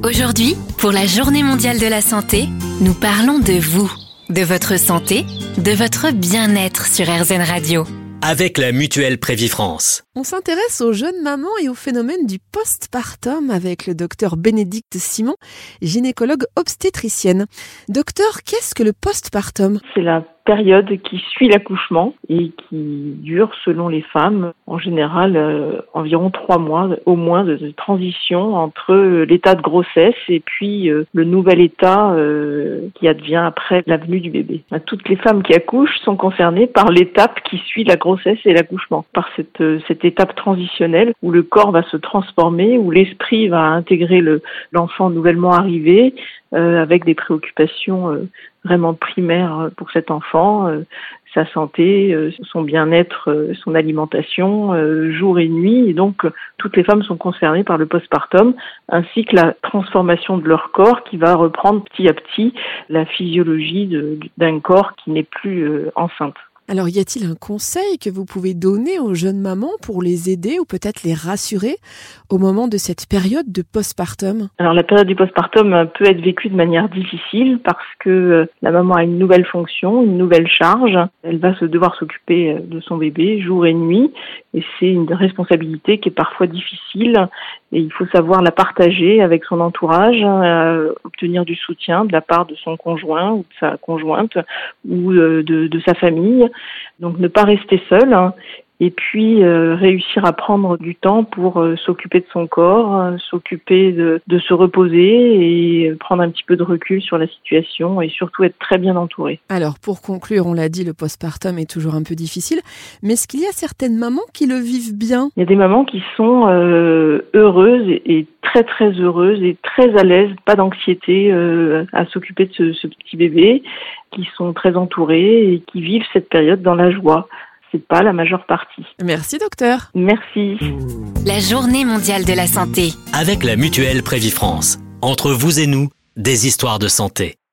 Aujourd'hui, pour la Journée mondiale de la santé, nous parlons de vous, de votre santé, de votre bien-être sur RZN Radio. Avec la Mutuelle Prévifrance. On s'intéresse aux jeunes mamans et au phénomène du postpartum avec le docteur Bénédicte Simon, gynécologue obstétricienne. Docteur, qu'est-ce que le postpartum ? C'est la période qui suit l'accouchement et qui dure, selon les femmes, en général environ 3 mois au moins de transition entre l'état de grossesse et puis le nouvel état qui advient après la venue du bébé. Toutes les femmes qui accouchent sont concernées par l'étape qui suit la grossesse et l'accouchement, par cette étape transitionnelle où le corps va se transformer, où l'esprit va intégrer l'enfant nouvellement arrivé, avec des préoccupations vraiment primaires pour cet enfant, sa santé, son bien-être, son alimentation, jour et nuit. Et donc, toutes les femmes sont concernées par le postpartum, ainsi que la transformation de leur corps qui va reprendre petit à petit la physiologie d'un corps qui n'est plus enceinte. Alors, y a-t-il un conseil que vous pouvez donner aux jeunes mamans pour les aider ou peut-être les rassurer au moment de cette période de postpartum ? Alors, la période du postpartum peut être vécue de manière difficile parce que la maman a une nouvelle fonction, une nouvelle charge. Elle va devoir s'occuper de son bébé jour et nuit et c'est une responsabilité qui est parfois difficile et il faut savoir la partager avec son entourage, obtenir du soutien de la part de son conjoint ou de sa conjointe ou de sa famille. Donc ne pas rester seul et puis réussir à prendre du temps pour s'occuper de son corps, s'occuper de se reposer et prendre un petit peu de recul sur la situation et surtout être très bien entouré. Alors pour conclure, on l'a dit, le postpartum est toujours un peu difficile, mais est-ce qu'il y a certaines mamans qui le vivent bien ? Il y a des mamans qui sont heureuses et très très heureuses et très à l'aise, pas d'anxiété à s'occuper de ce petit bébé, qui sont très entourées et qui vivent cette période dans la joie. C'est pas la majeure partie. Merci docteur. Merci. La Journée mondiale de la santé. Avec la Mutuelle Prévifrance. Entre vous et nous, des histoires de santé.